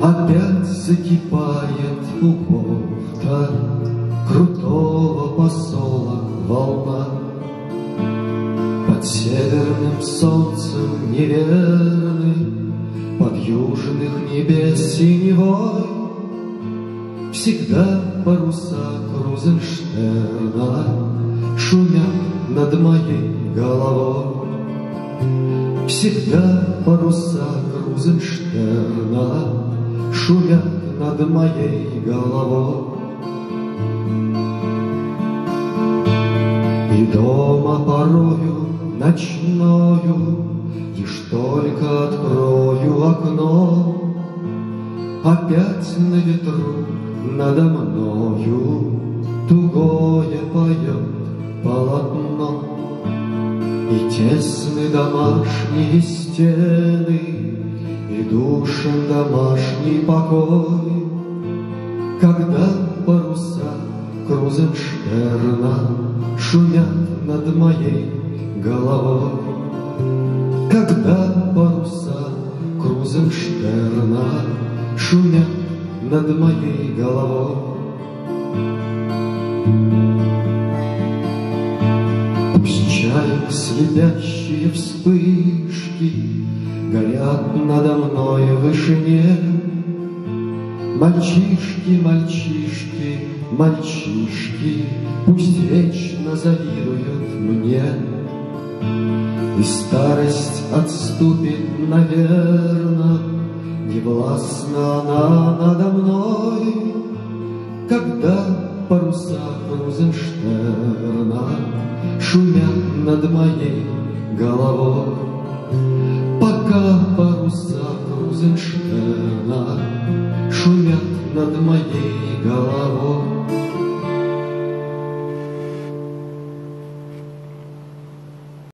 Опять закипает у борта крутого посола волна. Под северным солнцем неверный, под южных небес синевой, всегда паруса Крузенштерна шумят над моей головой. Всегда паруса Крузенштерна шумят над моей головой. И дома порою ночною лишь только открою окно, опять на ветру надо мною тугое поет полотно. И тесны домашние стены, и душен домашний покой, когда паруса Крузенштерна шумят над моей головой. Когда паруса Крузенштерна шумят над моей головой. Пусть чаек слепящие вспышки горят надо мной в вышине. Мальчишки, мальчишки, мальчишки, пусть вечно завидуют мне. И старость отступит, наверно, не властна она надо мной, когда паруса Крузенштерна шумят над моей головой. Пока паруса Крузенштерна шумят над моей головой.